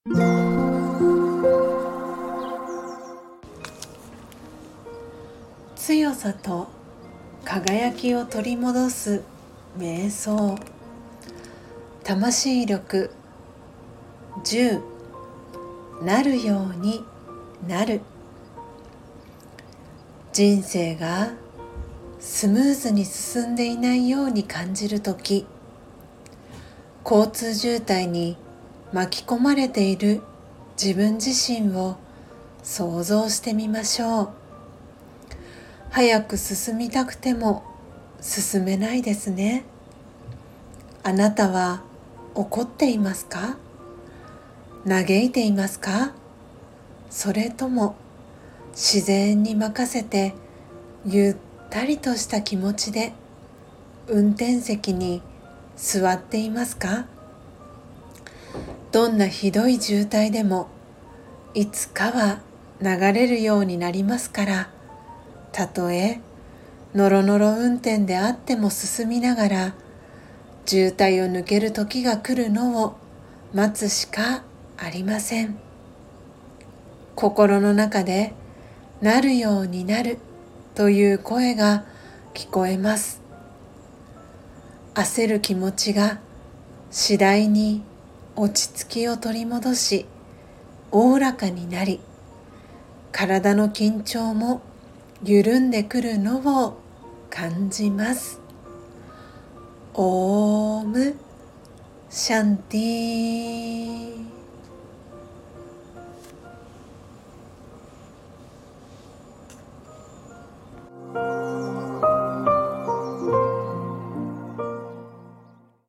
強さと輝きを取り戻す瞑想。魂力10、なるようになる。人生がスムーズに進んでいないように感じるとき、交通渋滞に巻き込まれている自分自身を想像してみましょう。早く進みたくても進めないですね。あなたは怒っていますか？嘆いていますか？それとも自然に任せてゆったりとした気持ちで運転席に座っていますか？どんなひどい渋滞でもいつかは流れるようになりますから、たとえノロノロ運転であっても進みながら渋滞を抜ける時が来るのを待つしかありません。心の中でなるようになるという声が聞こえます。焦る気持ちが次第に落ち着きを取り戻し、おおらかになり、体の緊張も緩んでくるのを感じます。オームシャンティー。